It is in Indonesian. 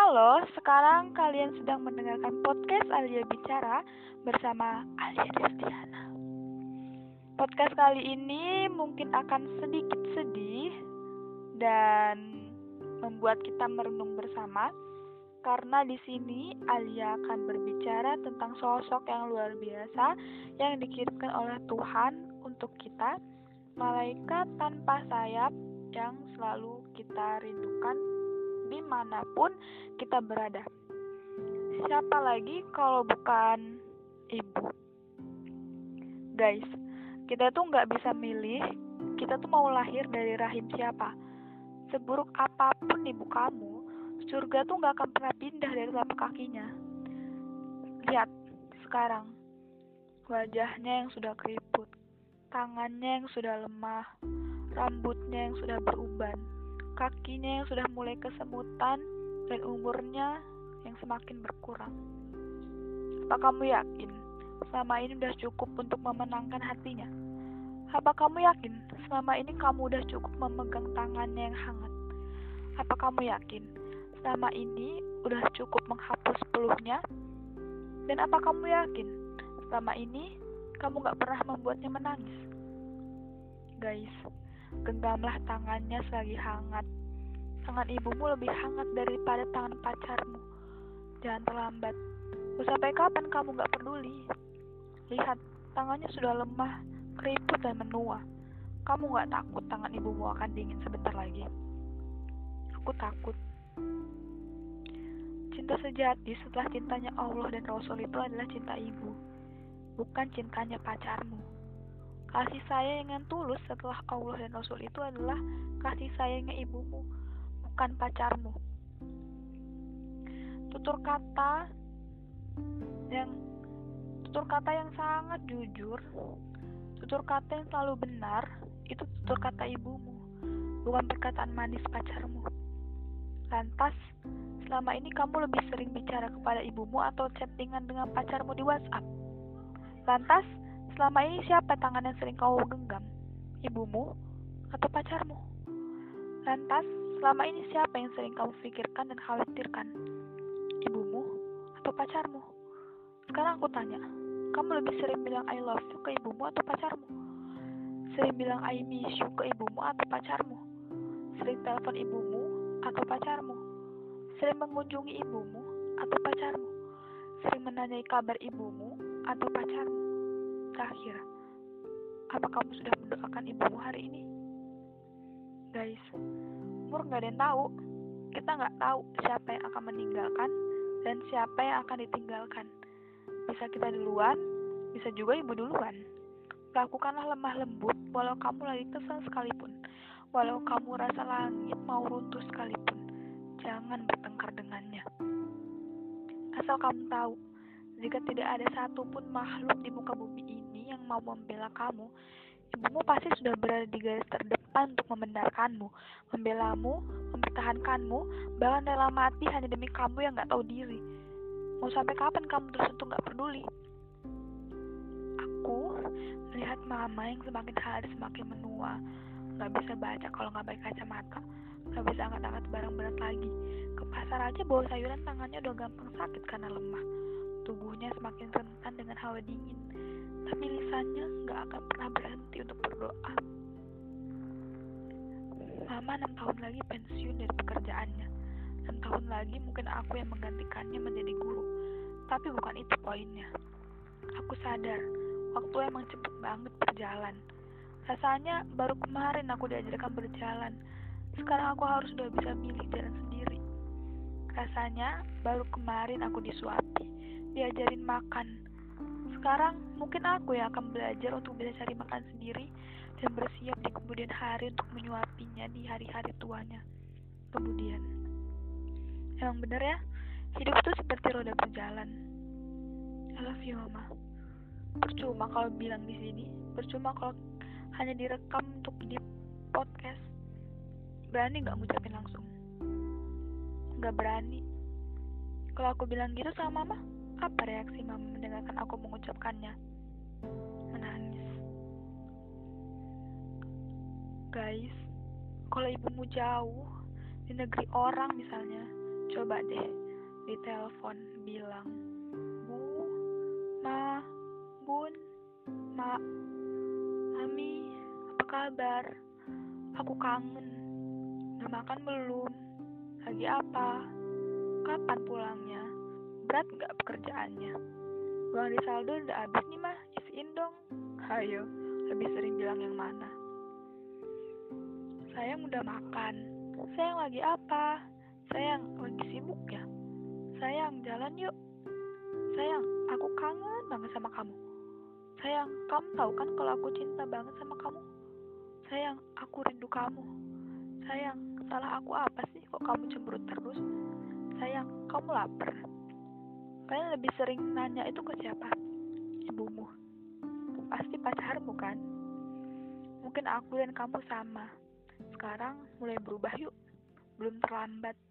Halo, sekarang kalian sedang mendengarkan podcast Alia Bicara bersama Alia Destiana. Podcast kali ini mungkin akan sedikit sedih dan membuat kita merenung bersama karena di sini Alia akan berbicara tentang sosok yang luar biasa yang dikirimkan oleh Tuhan untuk kita, malaikat tanpa sayap yang selalu kita rindukan dimanapun kita berada. Siapa lagi kalau bukan ibu? Guys, kita tuh nggak bisa milih, kita tuh mau lahir dari rahim siapa. Seburuk apapun ibu kamu, surga tuh nggak akan pernah pindah dari telapak kakinya. Lihat, sekarang, wajahnya yang sudah keriput, tangannya yang sudah lemah, rambutnya yang sudah beruban, kakinya yang sudah mulai kesemutan, dan umurnya yang semakin berkurang. Apa kamu yakin selama ini udah cukup untuk memenangkan hatinya? Apa kamu yakin selama ini kamu udah cukup memegang tangannya yang hangat? Apa kamu yakin selama ini udah cukup menghapus peluhnya? Dan apa kamu yakin selama ini kamu gak pernah membuatnya menangis? Guys, genggamlah tangannya selagi hangat. Tangan ibumu lebih hangat daripada tangan pacarmu. Jangan terlambat. Mau sampai kapan kamu gak peduli? Lihat, tangannya sudah lemah, keriput dan menua. Kamu gak takut tangan ibumu akan dingin sebentar lagi? Aku takut. Cinta sejati setelah cintanya Allah dan Rasul itu adalah cinta ibu, bukan cintanya pacarmu. Kasih sayang yang tulus setelah Allah dan Rasul itu adalah kasih sayangnya ibumu, bukan pacarmu. Tutur kata yang sangat jujur, tutur kata yang selalu benar, itu tutur kata ibumu, bukan perkataan manis pacarmu. Lantas, selama ini kamu lebih sering bicara kepada ibumu atau chattingan dengan pacarmu di WhatsApp? Lantas, selama ini siapa tangan yang sering kamu genggam? Ibumu atau pacarmu? Lantas, selama ini siapa yang sering kamu pikirkan dan khawatirkan? Ibumu atau pacarmu? Sekarang aku tanya, kamu lebih sering bilang I love you ke ibumu atau pacarmu? Sering bilang I miss you ke ibumu atau pacarmu? Sering telepon ibumu atau pacarmu? Sering mengunjungi ibumu atau pacarmu? Sering menanyai kabar ibumu atau pacarmu? Terakhir, apa kamu sudah mendoakan ibumu hari ini? Guys, umur gak ada yang tahu. Kita gak tahu siapa yang akan meninggalkan dan siapa yang akan ditinggalkan. Bisa kita duluan, bisa juga ibu duluan. Lakukanlah lemah lembut walau kamu lagi kesal sekalipun, walau kamu rasa langit mau runtuh sekalipun. Jangan bertengkar dengannya. Asal kamu tahu, jika tidak ada satupun makhluk di muka bumi ini yang mau membela kamu, ibumu pasti sudah berada di garis terdepan untuk membenarkanmu, membelamu, mempertahankanmu, bahkan rela mati hanya demi kamu yang gak tahu diri. Mau sampai kapan kamu terus untuk gak peduli? Aku melihat mama yang semakin hari semakin menua, gak bisa baca kalau gak pakai kacamata, gak bisa angkat-angkat barang berat lagi. Ke pasar aja bawa sayuran tangannya udah gampang sakit karena lemah. Tubuhnya semakin rentan dengan hawa dingin, tapi lisannya gak akan pernah berhenti untuk berdoa. Mama 6 tahun lagi pensiun dari pekerjaannya. 6 tahun lagi mungkin aku yang menggantikannya menjadi guru. Tapi bukan itu poinnya. Aku sadar, waktu emang cepet banget berjalan. Rasanya baru kemarin aku diajarkan berjalan. Sekarang aku harus udah bisa milih jalan sendiri. Rasanya baru kemarin aku disuapi, diajarin makan. Sekarang mungkin aku yang akan belajar untuk bisa cari makan sendiri dan bersiap di kemudian hari untuk menyuapinya di hari-hari tuanya. Kemudian, emang bener ya, hidup itu seperti roda berjalan. I love you, Mama. Percuma kalau bilang di sini, percuma kalau hanya direkam untuk di podcast. Berani nggak ngucapin langsung? Nggak berani. Kalau aku bilang gitu sama Mama, apa reaksi Mama mendengarkan aku mengucapkannya? Menangis. Guys, kalau ibumu jauh, di negeri orang misalnya, Coba deh ditelepon bilang, Bu, Ma, Bun, Mak, Mami, apa kabar? Aku kangen. Udah makan belum? Lagi apa? Kapan pulangnya? Berat nggak pekerjaannya? Uang di saldo udah habis nih mah, isiin dong. Hayo, lebih sering bilang yang mana? Sayang udah makan. Sayang lagi apa? Sayang lagi sibuk ya? Sayang jalan yuk. Sayang, aku kangen banget sama kamu. Sayang, kamu tahu kan kalau aku cinta banget sama kamu? Sayang, aku rindu kamu. Sayang, salah aku apa sih kok kamu cemberut terus? Sayang, kamu lapar. Kalian lebih sering nanya itu ke siapa? Ibumu. Pasti pacarmu kan? Mungkin aku dan kamu sama. Sekarang mulai berubah yuk. Belum terlambat.